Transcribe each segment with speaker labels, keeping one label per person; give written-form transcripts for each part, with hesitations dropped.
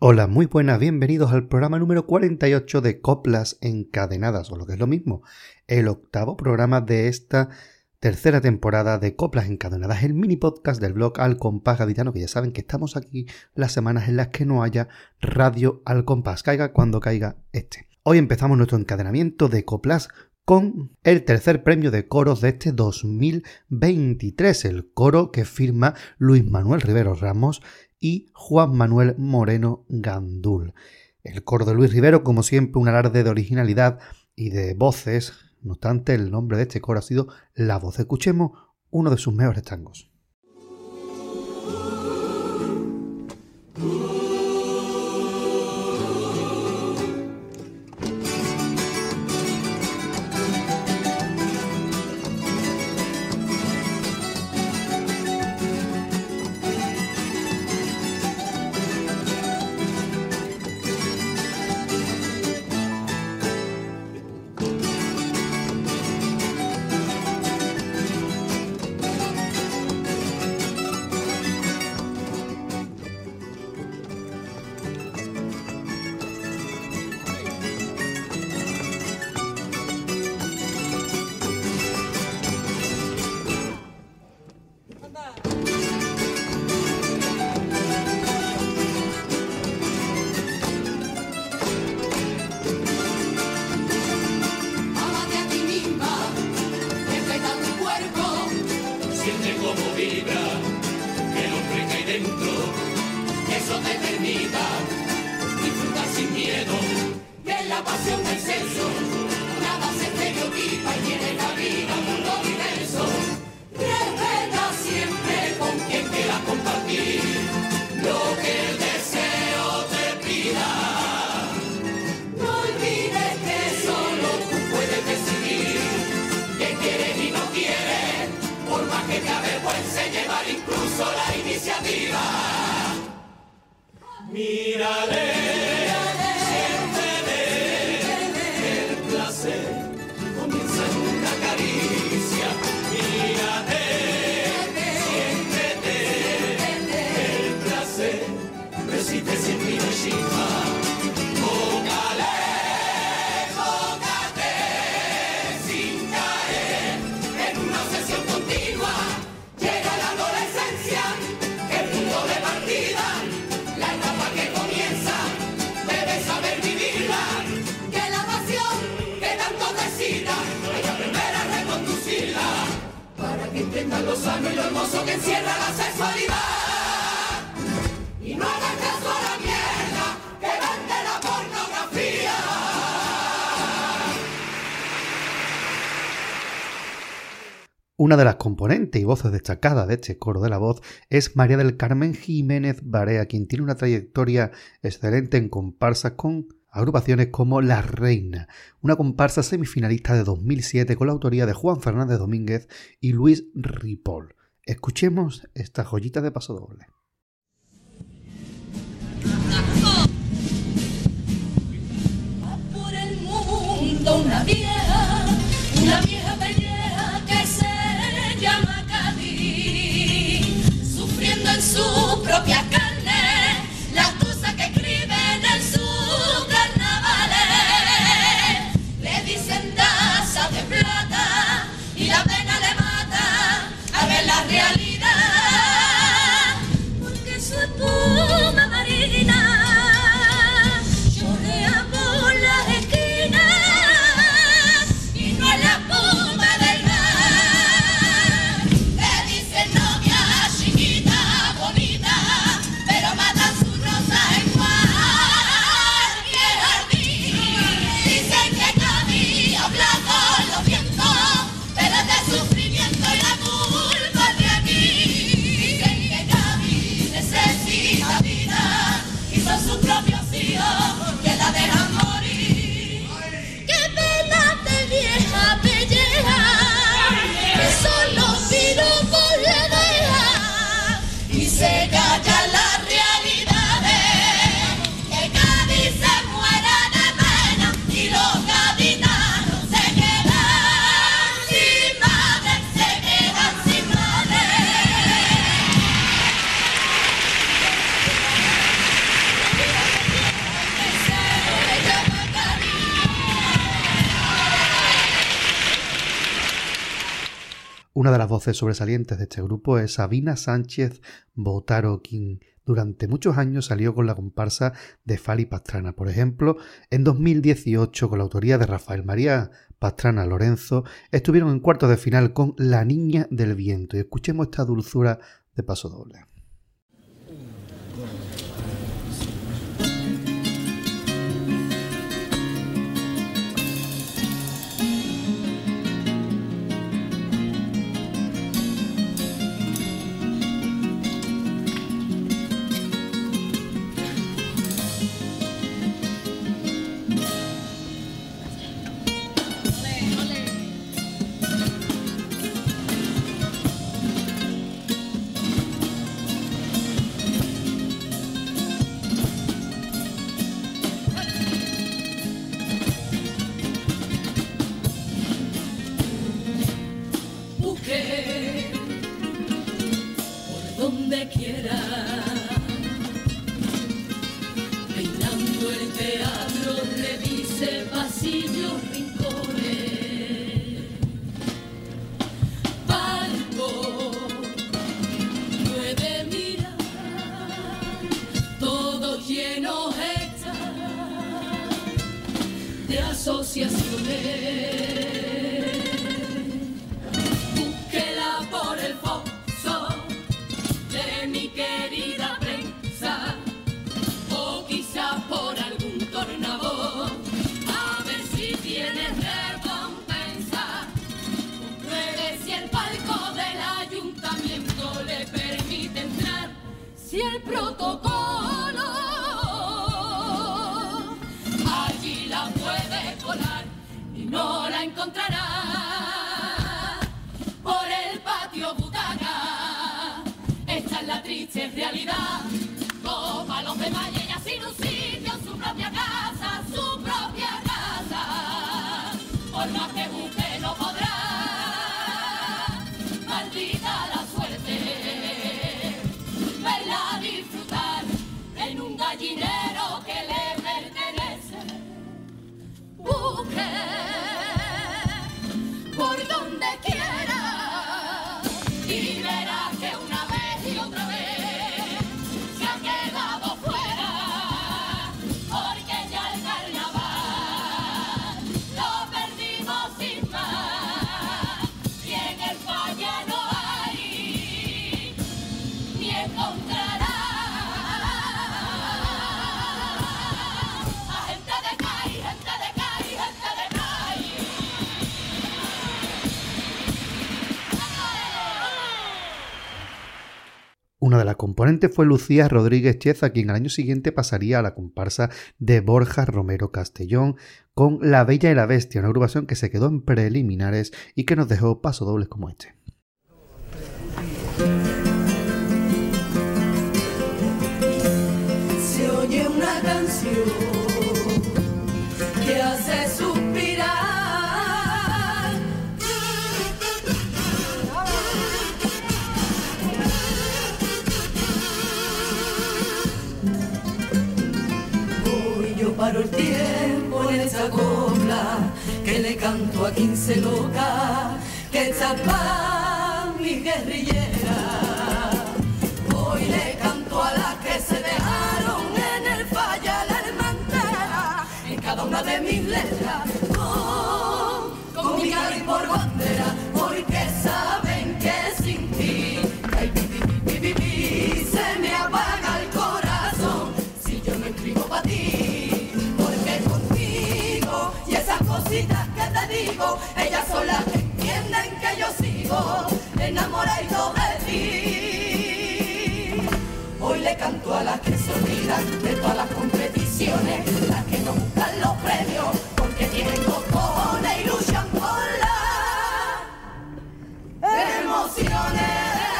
Speaker 1: Hola, muy buenas, bienvenidos al programa número 48 de Coplas Encadenadas, o lo que es lo mismo, el octavo programa de esta tercera temporada de Coplas Encadenadas, el mini podcast del blog Al Compás Gaditano, que ya saben que estamos aquí las semanas en las que no haya radio Al Compás, caiga cuando caiga este. Hoy empezamos nuestro encadenamiento de Coplas con el tercer premio de coros de este 2023, el coro que firma Luis Manuel Rivero Ramos y Juan Manuel Moreno Gandul. El coro de Luis Rivero, como siempre, un alarde de originalidad y de voces. No obstante, el nombre de este coro ha sido La Voz. Escuchemos uno de sus mejores tangos. Una de las componentes y voces destacadas de este coro de La Voz es María del Carmen Jiménez Barea, quien tiene una trayectoria excelente en comparsas con agrupaciones como La Reina, una comparsa semifinalista de 2007 con la autoría de Juan Fernández Domínguez y Luis Ripoll. Escuchemos esta joyita de pasodoble.
Speaker 2: Por el mundo una vieja pelleja que se llama Cádiz, sufriendo en su propia carne las cosas que escriben en sus carnavales. Le dicen taza de plata y la pena le mata a ver la realidad, porque su espuma marina chorrea por las esquinas y no es la espuma del mar. Le dicen novia chiquita, bonita, pero matan su rosa en cualquier jardín. Dicen que Cádiz habla con los vientos, pero es de su
Speaker 1: Una de las voces sobresalientes de este grupo es Sabina Sánchez Botaro, quien durante muchos años salió con la comparsa de Fali Pastrana. Por ejemplo, en 2018, con la autoría de Rafael María Pastrana Lorenzo, estuvieron en cuartos de final con La Niña del Viento. Y escuchemos esta dulzura de Paso Doble. Una de las componentes fue Lucía Rodríguez Cheza, quien al año siguiente pasaría a la comparsa de Borja Romero Castellón con La Bella y la Bestia, una agrupación que se quedó en preliminares y que nos dejó pasodobles como este.
Speaker 3: Se oye una canción que hace suspirar. Voy yo paro el tiempo en esa copla que le canto a 15 locas, que está pa' mi guerrillera. Hoy le canto a las que se dejaron en el falla la hermandad, en cada una de mis letras, con mi cara y por bandera, porque saben que sin ti, ay, se me apaga el corazón, si yo no escribo pa' ti, porque contigo y esas cositas que te digo, ellas son las que entienden que yo sigo enamorado de ti. Hoy le canto a las que se olvidan de todas las competiciones, las que no buscan los premios, porque tienen dos cojones y luchan por las emociones.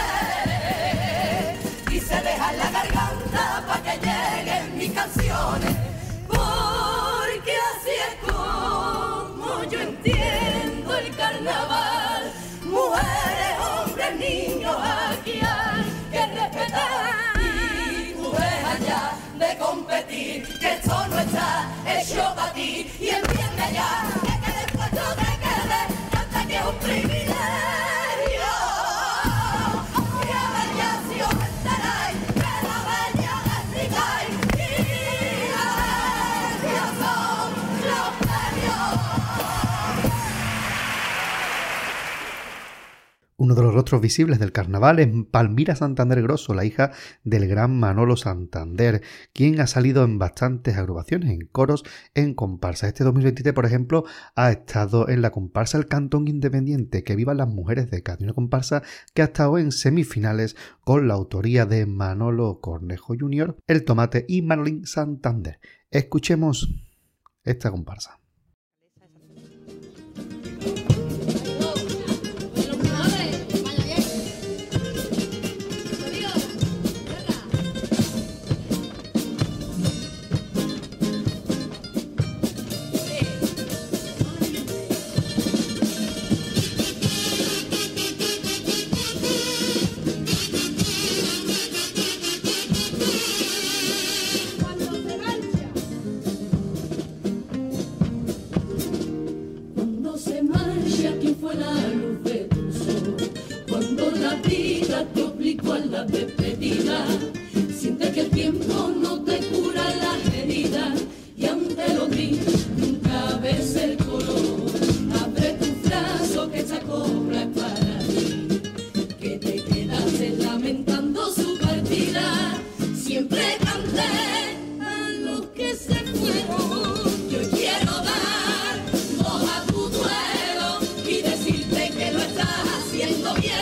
Speaker 3: Y se dejan la garganta para que lleguen mis canciones, porque así es como yo entiendo el carnaval. Mujeres, hombres, niños, aquí hay que respetar. Y tú deja ya de competir, que esto no está hecho para ti. Y entiende ya que después no te quede, canta que es un privilegio.
Speaker 1: Uno de los rostros visibles del carnaval es Palmira Santander Grosso, la hija del gran Manolo Santander, quien ha salido en bastantes agrupaciones, en coros, en comparsas. Este 2023, por ejemplo, ha estado en la comparsa El Cantón Independiente, que vivan las mujeres de Cádiz, una comparsa que ha estado en semifinales con la autoría de Manolo Cornejo Jr., El Tomate y Manolín Santander. Escuchemos esta comparsa.
Speaker 3: Siente que el tiempo no te cura las heridas y ante lo gris nunca ves el color. Abre tus brazos que esta cobra es para ti, que te quedaste lamentando su partida. Siempre canté a los que se fueron. Yo quiero dar voz a tu duelo y decirte que lo estás haciendo bien.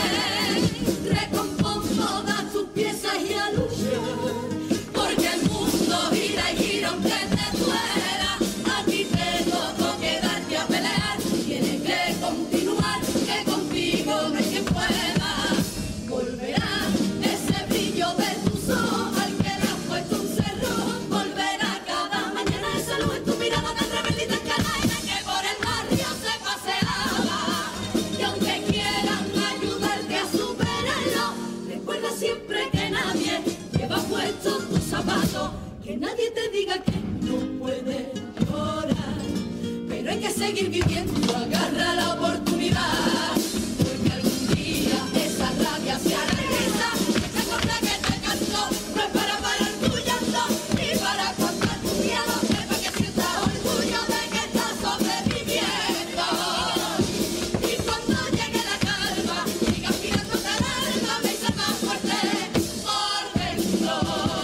Speaker 3: Porque el mundo gira y gira aunque te duela. A ti te tocó quedarte a pelear. Tienes que continuar, que contigo no hay quien pueda. Volverá ese brillo de tus ojos al que le has puesto un cerro. Volverá cada mañana esa luz en tu mirada tan rebelde y tan canalla que por el barrio se paseaba. Y aunque quieran ayudarte a superarlo, recuerda siempre que nadie lleva puesto tus zapatos, que nadie te diga que no puedes llorar, pero hay que seguir viviendo, agarra la oportunidad, porque algún día esa rabia se hará lisa, esa cosa que te cantó no es para parar tu llanto, ni para contar tu miedo, es para que sientas orgullo de que estás sobreviviendo, y cuando llegue la calma, sigas mirando cada alma, me hice más fuerte por dentro.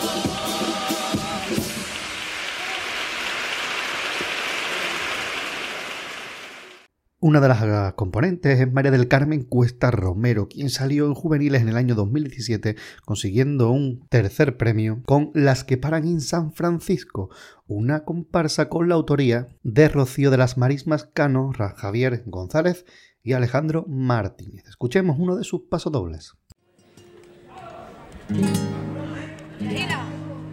Speaker 1: Una de las componentes es María del Carmen Cuesta Romero, quien salió en juveniles en el año 2017 consiguiendo un tercer premio con Las que paran en San Francisco, una comparsa con la autoría de Rocío de las Marismas Cano, Javier González y Alejandro Martínez. Escuchemos uno de sus pasodobles.
Speaker 2: Mira.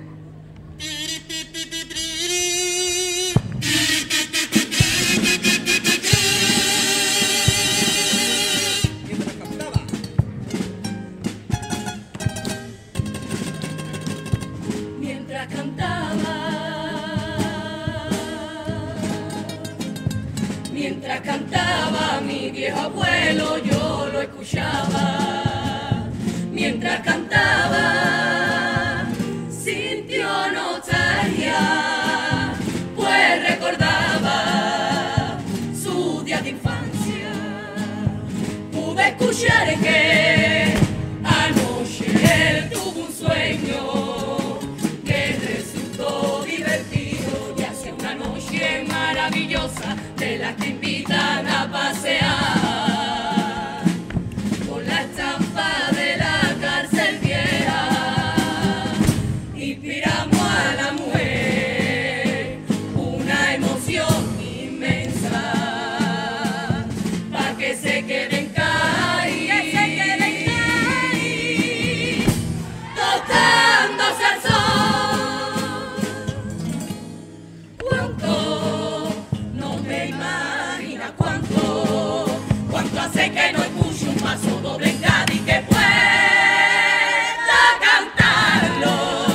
Speaker 3: Mientras cantaba mi viejo abuelo, yo lo escuchaba. Mientras cantaba, sintió nostalgia, pues recordaba su día de infancia. Pude escuchar que anoche él tuvo un sueño que resultó divertido y hace una noche maravillosa de las que invitan a pasear por la estampa de la cárcel vieja. Inspiramos a la mujer una emoción inmensa para que se queden caer, tostándose al sol. Sé que no escucho un paso doble en Cádiz que pueda cantarlo,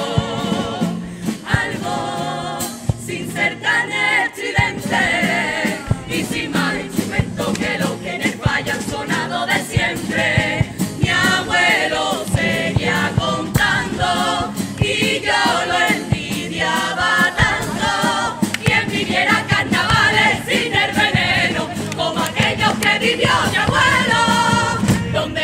Speaker 3: algo sin ser tan estridente y sin más instrumento que los que en el valle han sonado de siempre. Mi abuelo seguía contando y yo lo envidiaba tanto, quien viviera carnavales sin el veneno como aquellos que vivió mi abuelo, donde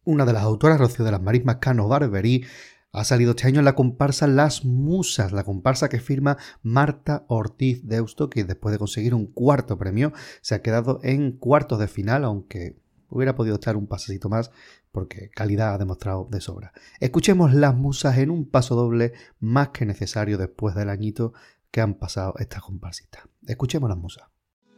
Speaker 1: Una de las autoras, Rocío de las Marismas Cano Barberí, ha salido este año en la comparsa Las Musas, la comparsa que firma Marta Ortiz Deusto, que después de conseguir un cuarto premio se ha quedado en cuartos de final, aunque hubiera podido estar un pasecito más porque calidad ha demostrado de sobra. Escuchemos Las Musas en un paso doble más que necesario después del añito que han pasado estas comparsistas. Escuchemos Las Musas.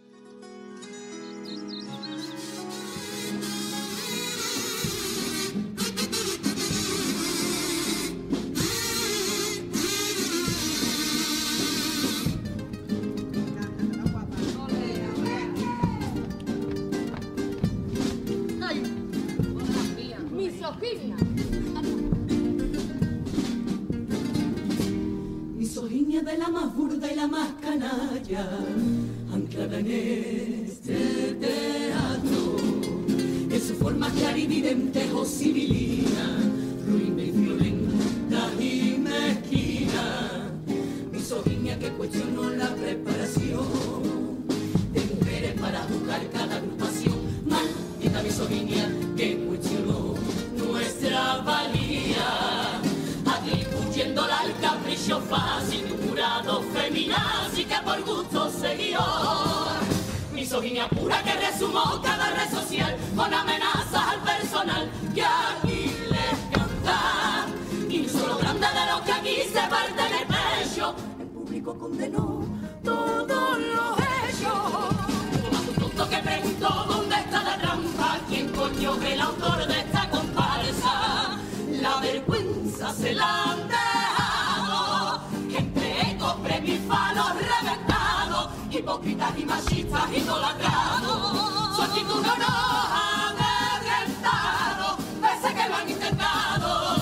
Speaker 3: Misoginia de la más burda y la más canalla, anclada en este teatro, en su forma clarividente o civilina, ruin y violenta y mezquina. Misoginia que cuestionó la preparación de mujeres para juzgar cada agrupación. Maldita misoginia que cuestionó nuestra valía, atribuyéndola al capricho fácil de un jurado feminazi que por gusto se guió. Misoginia pura que resumó cada red social con amenazas al personal que aquí les canta. Y un solo grande de los que aquí se parte en el pecho, el público condenó todo lo hecho. Como un tonto que preguntó dónde está la trampa, quién coño es el autor de esta comparsa. La vergüenza se la han dejado entre ecos, premios y palos reventados, hipócritas y machistas idolatrados. Su actitud no nos ha amedrentado, pese que lo han intentado.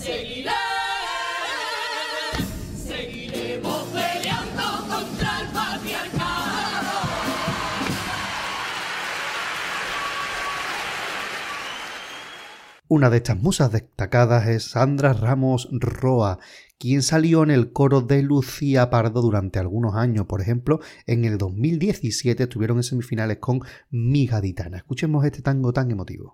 Speaker 3: Seguiremos peleando contra el patriarcado.
Speaker 1: Una de estas musas destacadas es Sandra Ramos Roa, quien salió en el coro de Lucía Pardo durante algunos años. Por ejemplo, en el 2017 estuvieron en semifinales con Mi Gaditana. Escuchemos este tango tan emotivo.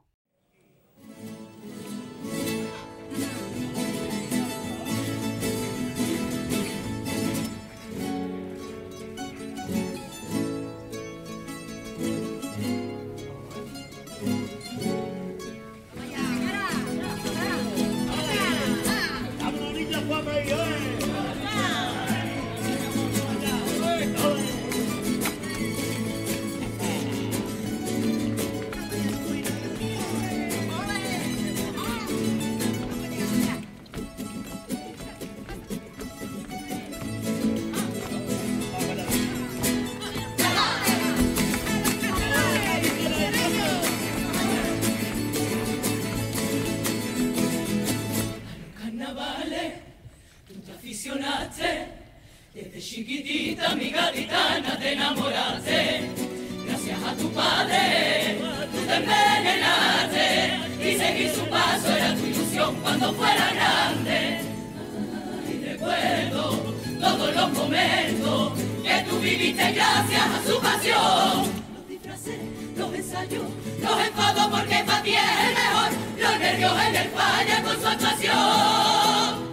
Speaker 3: Desde chiquitita, mi gaditana, te enamoraste. Gracias a tu padre, tú te envenenaste. Y seguir su paso era tu ilusión cuando fuera grande. Ay, recuerdo todos los momentos que tú viviste gracias a su pasión. Los disfraces, los ensayos, los enfados porque para ti es mejor. Los nervios en el falla con su actuación.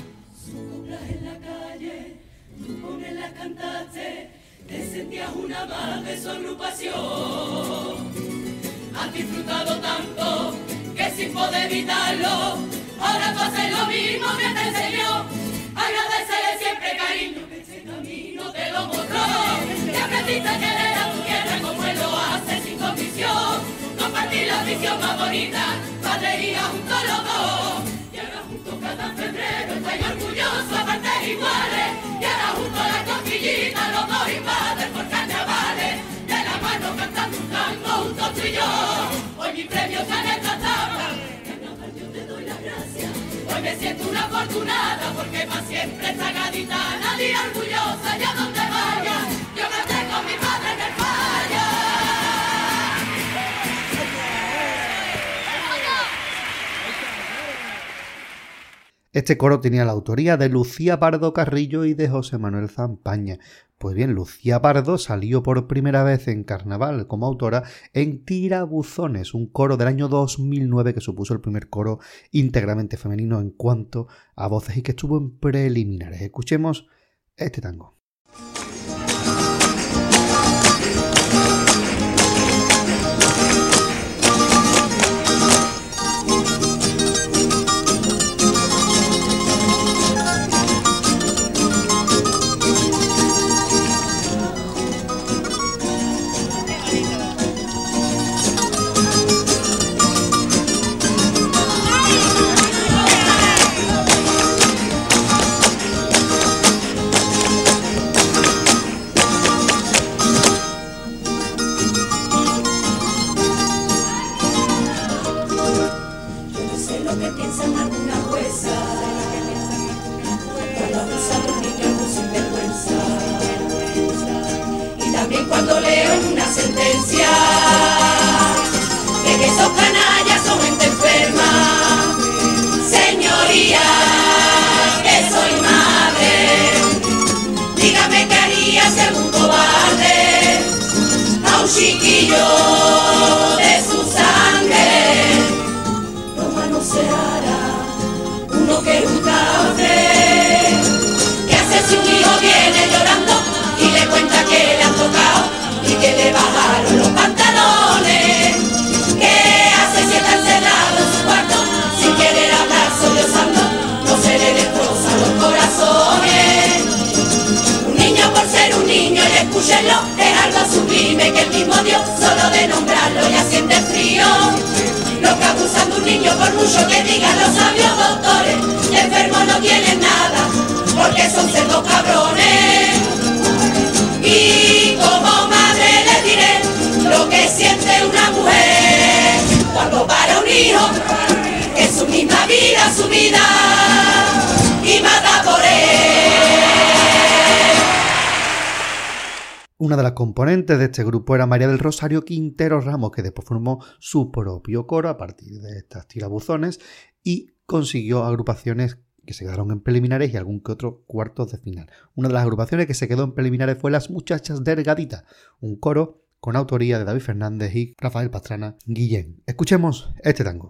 Speaker 3: Cantaste, te sentías una más de su agrupación. Has disfrutado tanto que sin poder evitarlo, ahora tú haces lo mismo que te enseñó. Agradecele siempre cariño que este camino te lo mostró. Que aprendiste a querer a tu tierra como él lo hace sin condición. Compartir la visión más bonita, padrería juntos los dos. Y ahora juntos cada febrero estáis orgullosos a partes iguales. Y ahora juntos la cosquillita, los dos invaden por carnavales. De la mano cantando un tango juntos tú y yo. Hoy mi premio está en esta tabla. Carnaval, yo te doy las gracias. Hoy me siento una afortunada porque para siempre esta gaditana, día orgullosa y a donde vaya. Yo canté con mi padre en el falla.
Speaker 1: Este coro tenía la autoría de Lucía Pardo Carrillo y de José Manuel Zampaña. Pues bien, Lucía Pardo salió por primera vez en Carnaval como autora en Tirabuzones, un coro del año 2009 que supuso el primer coro íntegramente femenino en cuanto a voces y que estuvo en preliminares. Escuchemos este tango. Una de las componentes de este grupo era María del Rosario Quintero Ramos, que después formó su propio coro a partir de estas tirabuzones y consiguió agrupaciones que se quedaron en preliminares y algún que otro cuartos de final. Una de las agrupaciones que se quedó en preliminares fue Las Muchachas Delgaditas, un coro con autoría de David Fernández y Rafael Pastrana Guillén. Escuchemos este tango.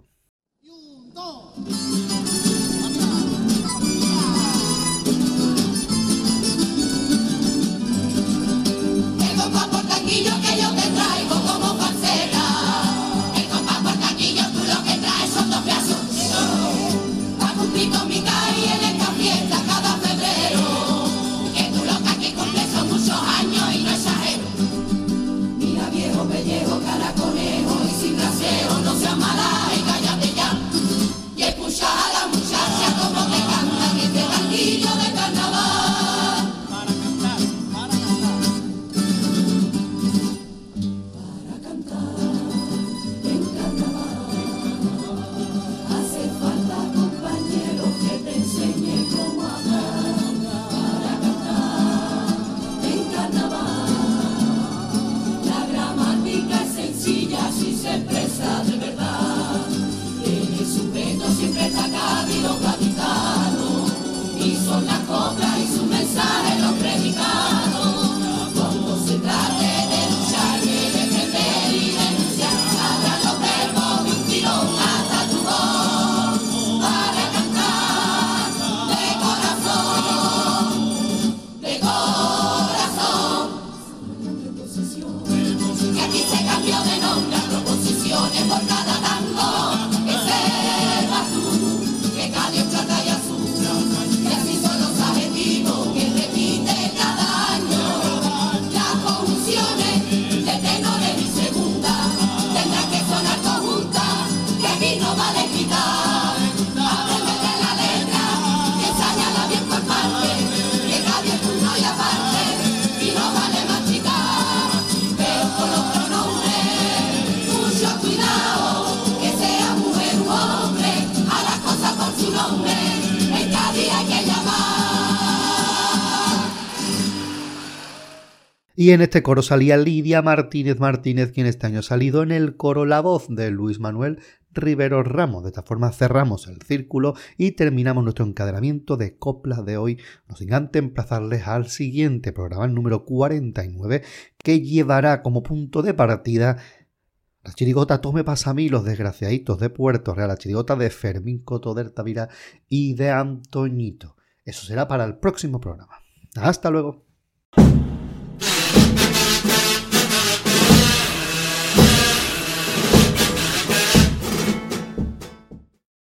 Speaker 1: Y en este coro salía Lidia Martínez Martínez, quien este año ha salido en el coro La Voz de Luis Manuel Rivero Ramos. De esta forma cerramos el círculo y terminamos nuestro encadenamiento de coplas de hoy, no sin antes emplazarles al siguiente programa, el número 49, que llevará como punto de partida la chirigota Tome pasa a mí, los desgraciaditos de Puerto Real, la chirigota de Fermín Coto de Tavira y de Antoñito. Eso será para el próximo programa. ¡Hasta luego!